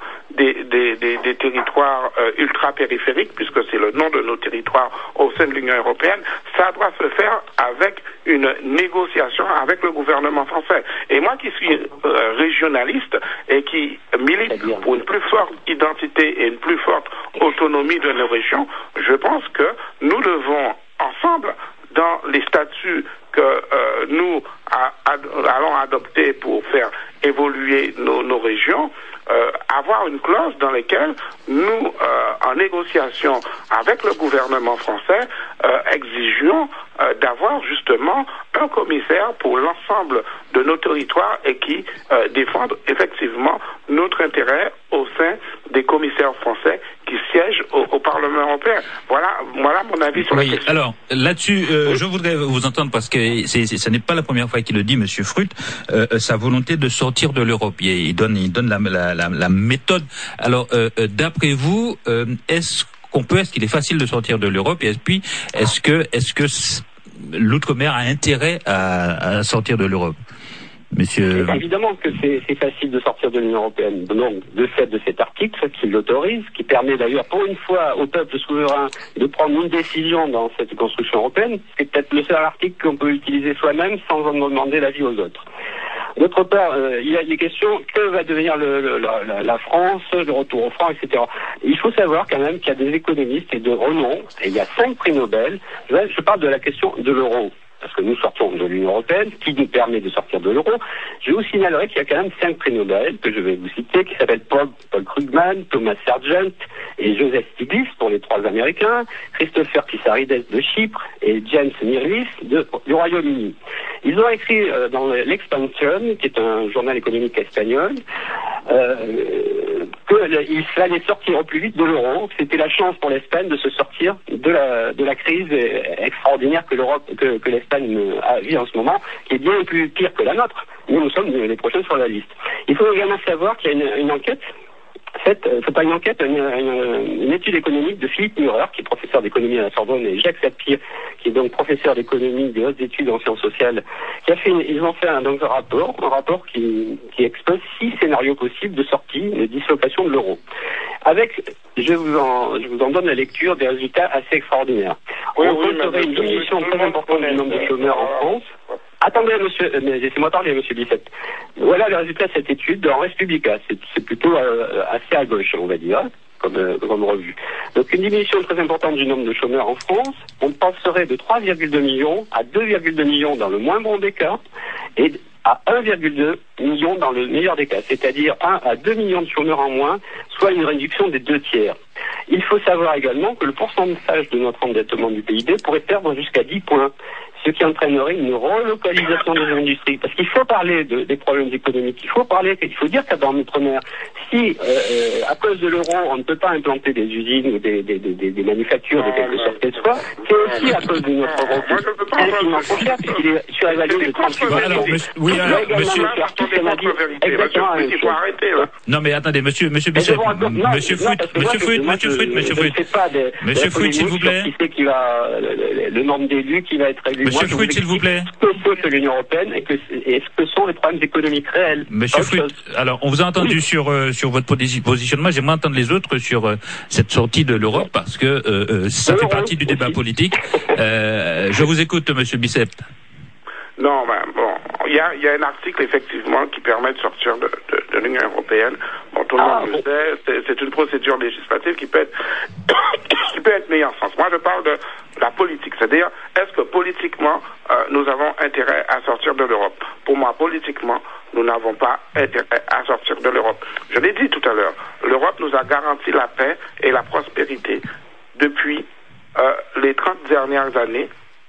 des territoires ultra-périphériques, puisque c'est le nom de nos territoires au sein de l'Union européenne, ça doit se faire avec une négociation avec le gouvernement français. Et moi qui suis régionaliste et qui milite pour une plus forte identité et une plus forte autonomie de nos régions, je pense que nous devons ensemble, dans les statuts que nous allons adopter pour faire évoluer nos régions, avoir une clause dans laquelle nous, en négociation avec le gouvernement français, exigeons d'avoir justement un commissaire pour l'ensemble de nos territoires et qui défende effectivement notre intérêt au sein des commissaires français qui siègent au Parlement européen. Voilà mon avis sur la question. Alors là-dessus, je voudrais vous entendre parce que ce n'est pas la première fois qu'il le dit, Monsieur Frutt, sa volonté de sortir de l'Europe. Il donne la méthode. Alors, d'après vous, est-ce qu'il est facile de sortir de l'Europe, et puis est-ce que l'outre-mer a intérêt à sortir de l'Europe? Monsieur... Évidemment que c'est facile de sortir de l'Union européenne, donc de fait de cet article qui l'autorise, qui permet d'ailleurs pour une fois au peuple souverain de prendre une décision dans cette construction européenne. C'est peut-être le seul article qu'on peut utiliser soi-même sans en demander l'avis aux autres. D'autre part, il y a des questions, que va devenir la France, le retour au franc, etc. Il faut savoir quand même qu'il y a des économistes et de renom, et il y a 5 prix Nobel. Je parle de la question de l'euro, parce que nous sortons de l'Union européenne, qui nous permet de sortir de l'euro. Je vous signalerai qu'il y a quand même 5 prix Nobel, que je vais vous citer, qui s'appellent Paul Krugman, Thomas Sargent et Joseph Stiglitz pour les 3 Américains, Christopher Pissarides de Chypre et James Mirrlees du Royaume-Uni. Ils ont écrit dans l'Expansion, qui est un journal économique espagnol, qu'il fallait sortir au plus vite de l'euro, que c'était la chance pour l'Espagne de se sortir de la crise extraordinaire que l'Espagne vit en ce moment, qui est bien plus pire que la nôtre. Nous sommes les prochains sur la liste. Il faut également savoir qu'il y a une enquête faite, c'est pas une enquête, une étude économique de Philippe Murer, qui est professeur d'économie à la Sorbonne, et Jacques Sapir, qui est donc professeur d'économie des hautes études en sciences sociales, ils ont fait un rapport qui expose 6 scénarios possibles de sortie, de dislocation de l'euro. Je vous en donne la lecture des résultats assez extraordinaires. On compterait une diminution très importante du nombre de chômeurs en France. Attendez, monsieur, laissez-moi parler, monsieur Bissette. Voilà le résultat de cette étude en Respublica. C'est plutôt assez à gauche, on va dire, comme revue. Donc une diminution très importante du nombre de chômeurs en France. On passerait de 3,2 millions à 2,2 millions dans le moins bon des cas et à 1,2 million dans le meilleur des cas, c'est-à-dire 1 à 2 millions de chômeurs en moins, soit une réduction des 2/3. Il faut savoir également que le pourcentage de notre endettement du PIB pourrait perdre jusqu'à 10 points. Si ce qui entraînerait une relocalisation des industries. Parce qu'il faut parler des problèmes économiques, il faut dire que dans l'outre-mer, si à cause de l'euro, on ne peut pas implanter des usines ou des manufactures de quelque sorte qu'elle soit, c'est aussi à cause de notre euro qui est infiniment trop cher, puisqu'il est surévalué de 38%. Non mais attendez, monsieur Bissep, monsieur Fruit, s'il vous plaît. Qui c'est qui va le nombre d'élus qui va être élu. Monsieur Fruit, s'il vous plaît. Ce que l'Union européenne et ce que sont les problèmes économiques réels. Monsieur Fruit, alors on vous a entendu sur votre positionnement. J'aimerais entendre les autres sur cette sortie de l'Europe parce que ça fait partie du débat politique. Je vous écoute, monsieur Bissep. Non, bon, il y a un article effectivement qui permet de sortir de l'Union européenne. Bon, tout le monde le sait, c'est une procédure législative qui peut être mise en sens. Moi, je parle de la politique, c'est-à-dire est-ce que politiquement nous avons intérêt à sortir de l'Europe? Pour moi, politiquement, nous n'avons pas intérêt à sortir de l'Europe. Je l'ai dit tout à l'heure, l'Europe nous a garanti la paix et la prospérité depuis les 30 dernières années.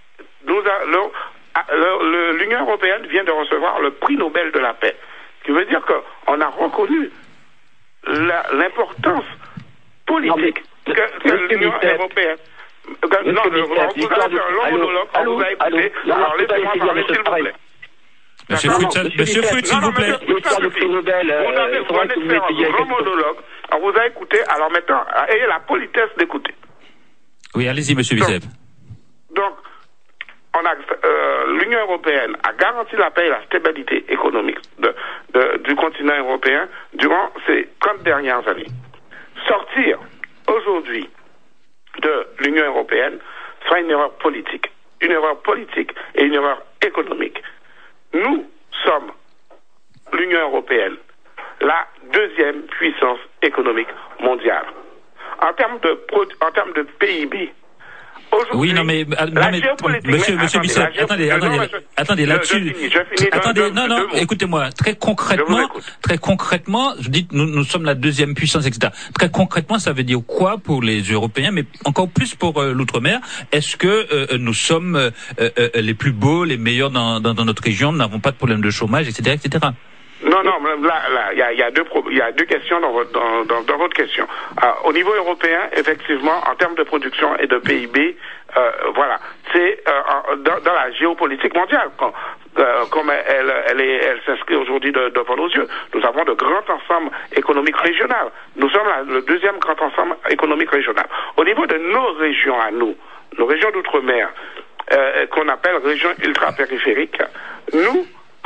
L'Union européenne vient de recevoir le prix Nobel de la paix, ce qui veut dire qu'on a reconnu l'importance politique que l'Union européenne. Non, vous allez faire un long monologue, on vous a écouté. Alors laissez-moi parler, s'il vous plaît. Monsieur Fruit, s'il vous plaît. Vous allez faire un grand monologue, on vous a écouté, alors maintenant, ayez la politesse d'écouter. Oui, allez-y, monsieur Bissep. Donc, l'Union européenne a garanti la paix et la stabilité économique du continent européen durant ces 30 dernières années. Sortir aujourd'hui de l'Union européenne sera une erreur politique et une erreur économique. Nous sommes l'Union européenne, la deuxième puissance économique mondiale. En termes de PIB, oui, non mais monsieur Bissep, attendez là-dessus. Écoutez-moi, très concrètement, je dis nous sommes la deuxième puissance, etc. Très concrètement, ça veut dire quoi pour les Européens, mais encore plus pour l'outre-mer? Est-ce que nous sommes les plus beaux, les meilleurs dans notre région, nous n'avons pas de problème de chômage, etc., etc. Non, là, il y a deux questions dans votre question. Au niveau européen, effectivement, en termes de production et de PIB, voilà, c'est dans la géopolitique mondiale, comme elle s'inscrit aujourd'hui devant nos yeux. Nous avons de grands ensembles économiques régionaux. Nous sommes le deuxième grand ensemble économique régional. Au niveau de nos régions à nous, nos régions d'outre-mer, qu'on appelle régions ultra-périphériques, nous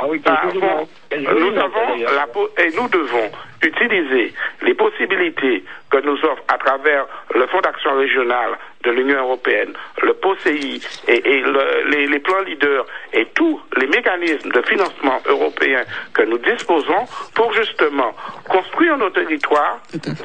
devons utiliser les possibilités que nous offre à travers le Fonds d'action régionale de l'Union européenne, le POSEI et les plans leaders et tous les mécanismes de financement européens que nous disposons pour justement construire nos territoires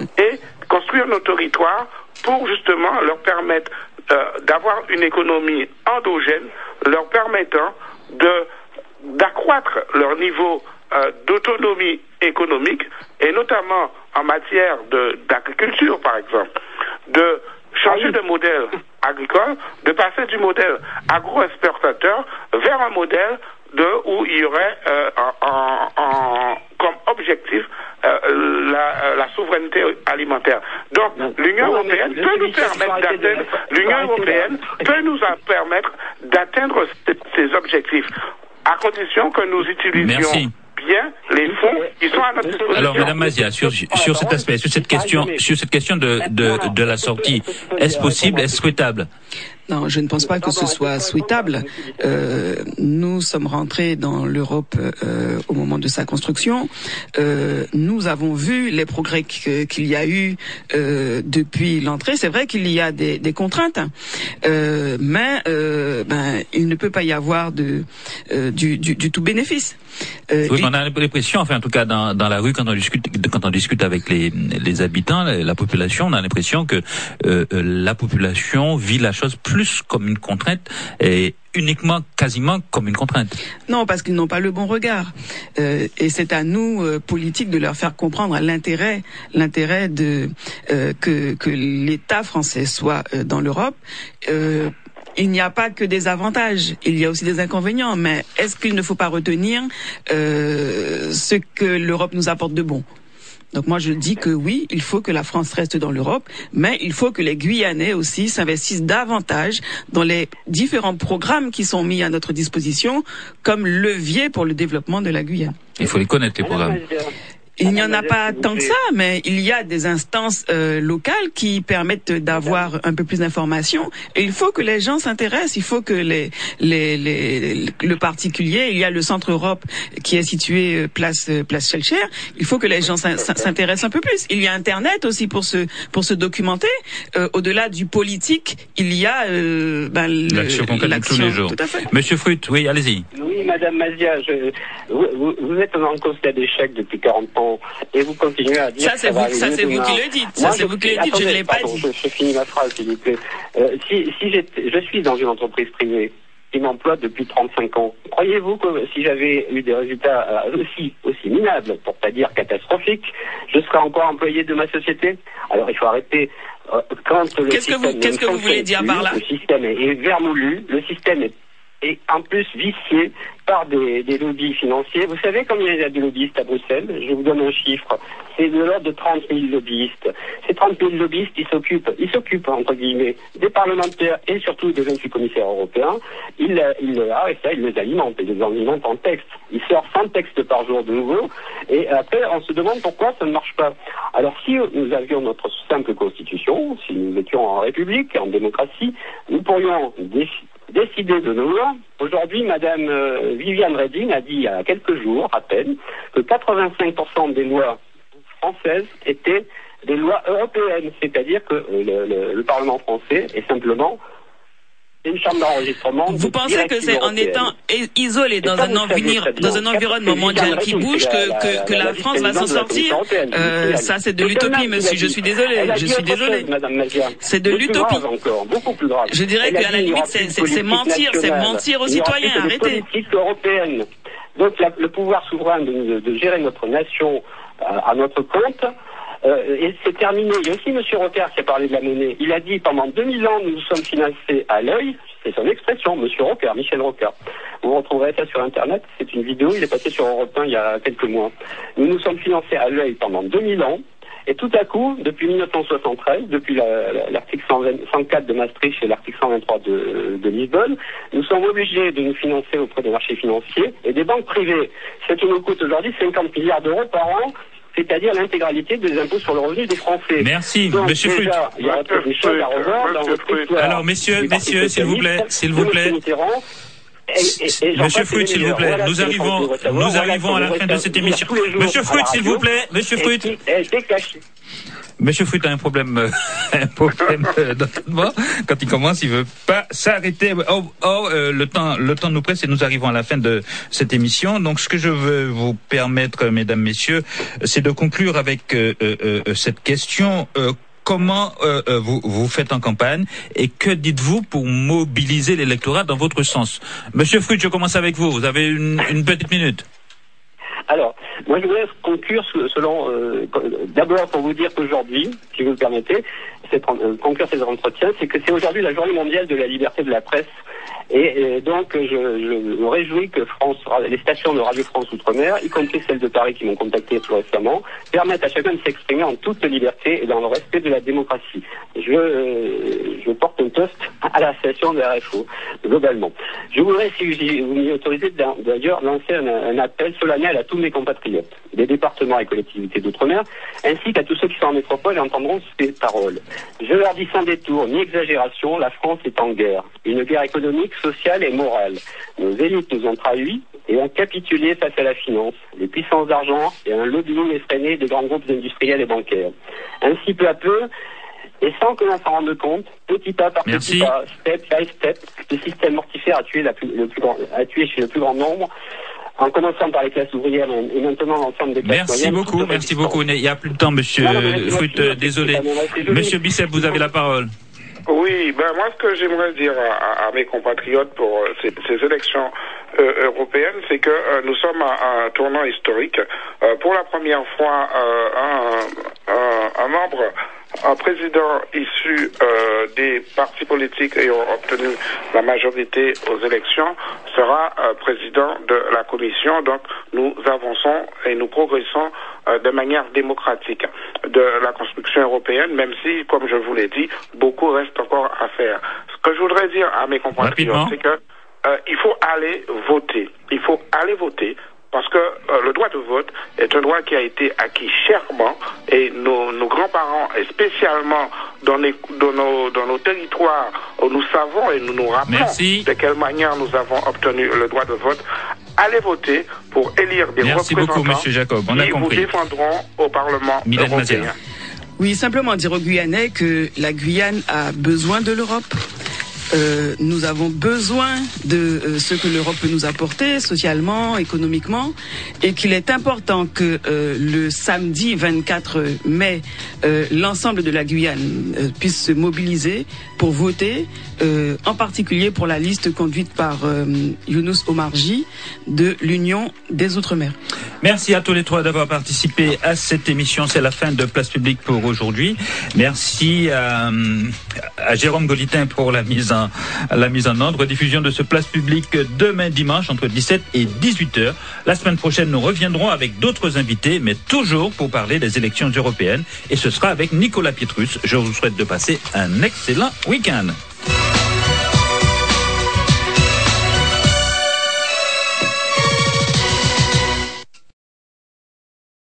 pour justement leur permettre d'avoir une économie endogène, leur permettant d'accroître leur niveau d'autonomie économique et notamment en matière d'agriculture par exemple, de changer de modèle agricole, de passer du modèle agro-exportateur vers un modèle où il y aurait comme objectif la souveraineté alimentaire. Donc l'Union européenne peut nous permettre d'atteindre ces objectifs à condition que nous utilisions bien les fonds qui sont à notre disposition. Alors, Madame Mazia, sur cet aspect, sur cette question de la sortie, est-ce possible, est-ce souhaitable? Non, je ne pense pas que ce soit souhaitable. Nous sommes rentrés dans l'Europe au moment de sa construction. Nous avons vu les progrès qu'il y a eu depuis l'entrée. C'est vrai qu'il y a des contraintes, mais il ne peut pas y avoir du tout bénéfice. Oui, mais on a l'impression, enfin en tout cas dans la rue, quand on discute avec les habitants, la population, on a l'impression que la population vit la chose plus comme une contrainte et quasiment comme une contrainte. Non, parce qu'ils n'ont pas le bon regard. Et c'est à nous, politiques, de leur faire comprendre l'intérêt que l'État français soit dans l'Europe. il n'y a pas que des avantages, il y a aussi des inconvénients. Mais est-ce qu'il ne faut pas retenir ce que l'Europe nous apporte de bon? Donc moi je dis que oui, il faut que la France reste dans l'Europe, mais il faut que les Guyanais aussi s'investissent davantage dans les différents programmes qui sont mis à notre disposition comme levier pour le développement de la Guyane. Il faut les connaître, les programmes. Il n'y en a pas tant que ça, mais il y a des instances locales qui permettent d'avoir un peu plus d'informations. Et il faut que les gens s'intéressent. Il faut que le particulier, il y a le Centre Europe qui est situé place Schellcher. Il faut que les gens s'intéressent un peu plus. Il y a Internet aussi pour se documenter. Au-delà du politique, il y a l'action concrète de tous les jours. Tout à fait. Monsieur Fruit, oui, allez-y. Oui, Madame Mazia, vous êtes en constat d'échec depuis 40 ans. Et vous continuez à dire ça c'est vous qui le dites. Ça c'est vous qui le dites. Je ne l'ai pas dit. Je finis ma phrase, s'il vous plaît. Je suis dans une entreprise privée qui m'emploie depuis 35 ans. Croyez-vous que si j'avais eu des résultats aussi minables, pour pas dire catastrophiques, je serais encore employé de ma société? Alors il faut arrêter. Qu'est-ce que vous voulez dire par là? Le système est vermoulu, le système est en plus vicié par des lobbies financiers. Vous savez combien il y a de lobbyistes à Bruxelles? Je vous donne un chiffre. C'est de l'ordre de 30 000 lobbyistes. Ces 30 000 lobbyistes, ils s'occupent, entre guillemets, des parlementaires et surtout des 28 commissaires européens. Ils les alimentent, ils les alimentent en texte. Ils sortent 100 textes par jour de nouveau. Et après, on se demande pourquoi ça ne marche pas. Alors, si nous avions notre simple constitution, si nous étions en république, en démocratie, nous pourrions décider de nos lois. Aujourd'hui, Madame Viviane Reding a dit il y a quelques jours à peine que 85% des lois françaises étaient des lois européennes, c'est-à-dire que le Parlement français est simplement une chambre d'enregistrement. Vous pensez que c'est en étant isolé dans un environnement mondial qui bouge que la France va s'en sortir? Ça, c'est de l'utopie, monsieur. Je suis désolé. C'est de l'utopie. Beaucoup plus grave. Je dirais qu'à la limite, c'est mentir aux citoyens. Arrêtez. Européenne. Donc, le pouvoir souverain de gérer notre nation à notre compte. Et c'est terminé. Il y a aussi M. Rocard qui a parlé de la monnaie. Il a dit pendant 2000 ans nous sommes financés à l'œil. C'est son expression, M. Rocard, Michel Rocard. Vous retrouverez ça sur Internet. C'est une vidéo. Il est passé sur Europe 1 il y a quelques mois. Nous sommes financés à l'œil pendant 2000 ans. Et tout à coup, depuis 1973, depuis l'article 104 de Maastricht et l'article 123 de Lisbonne, nous sommes obligés de nous financer auprès des marchés financiers et des banques privées. Ce qui nous coûte aujourd'hui 50 milliards d'euros par an, c'est-à-dire l'intégralité des impôts sur le revenu des Français. Merci, donc, Monsieur Fruit. Il y a des choses à revoir dans votre histoire. Alors, messieurs, s'il vous plaît. Monsieur Fruit, s'il vous plaît, nous arrivons à la fin de cette émission. Monsieur Fruit, s'il vous plaît, Monsieur Fruit. Monsieur Fruit a un problème d'entendement. Quand il commence, il veut pas s'arrêter. Le temps nous presse et nous arrivons à la fin de cette émission. Donc, ce que je veux vous permettre, mesdames, messieurs, c'est de conclure avec cette question. Comment vous faites en campagne et que dites-vous pour mobiliser l'électorat dans votre sens? Monsieur Fruit, je commence avec vous. Vous avez une petite minute. Alors, moi je voudrais conclure d'abord pour vous dire qu'aujourd'hui, si vous le permettez, conclure ces entretiens, c'est que c'est aujourd'hui la journée mondiale de la liberté de la presse. Et donc, je me réjouis que les stations de Radio France Outre-mer, y compris celles de Paris qui m'ont contacté tout récemment, permettent à chacun de s'exprimer en toute liberté et dans le respect de la démocratie. Je porte un toast à la station de RFO, globalement. Je voudrais, si vous m'y autorisez, d'ailleurs lancer un appel solennel à tous mes compatriotes, des départements et collectivités d'Outre-mer, ainsi qu'à tous ceux qui sont en métropole et entendront ces paroles. Je leur dis sans détour ni exagération, la France est en guerre. Une guerre économique, sociale et morale. Nos élites nous ont trahis et ont capitulé face à la finance, les puissances d'argent et un lobbying effréné des grands groupes industriels et bancaires. Ainsi, peu à peu, et sans que l'on s'en rende compte, petit pas par petit pas, step by step, le système mortifère a tué chez le plus grand nombre, en commençant par les classes ouvrières et maintenant l'ensemble des classes moyennes. Merci beaucoup. Il n'y a plus de temps, Monsieur Fruit, désolé. Monsieur Bicep, vous avez la parole. Oui, moi ce que j'aimerais dire à mes compatriotes pour ces élections européennes, c'est que nous sommes à un tournant historique. Pour la première fois, un membre un président issu des partis politiques ayant obtenu la majorité aux élections sera président de la Commission. Donc nous avançons et nous progressons de manière démocratique de la construction européenne, même si, comme je vous l'ai dit, beaucoup reste encore à faire. Ce que je voudrais dire à mes compatriotes, c'est que il faut aller voter. Il faut aller voter. Parce que le droit de vote est un droit qui a été acquis chèrement et nos grands-parents, et spécialement dans nos territoires où nous savons et nous nous rappelons de quelle manière nous avons obtenu le droit de vote. Allez voter pour élire des représentants beaucoup, Monsieur Jacob. On a qui compris. vous défendront au Parlement européen. Oui, simplement dire aux Guyanais que la Guyane a besoin de l'Europe. Nous avons besoin de ce que l'Europe peut nous apporter socialement, économiquement, et qu'il est important que le samedi 24 mai, l'ensemble de la Guyane puisse se mobiliser pour voter, en particulier pour la liste conduite par Younous Omarji de l'Union des Outre-mer. Merci à tous les trois d'avoir participé à cette émission. C'est la fin de Place Publique pour aujourd'hui. Merci à Jérôme Golitin pour la mise en ordre. Diffusion de ce Place Publique demain dimanche entre 17 et 18h. La semaine prochaine, nous reviendrons avec d'autres invités, mais toujours pour parler des élections européennes. Et ce sera avec Nicolas Pietrus. Je vous souhaite de passer un excellent week-end.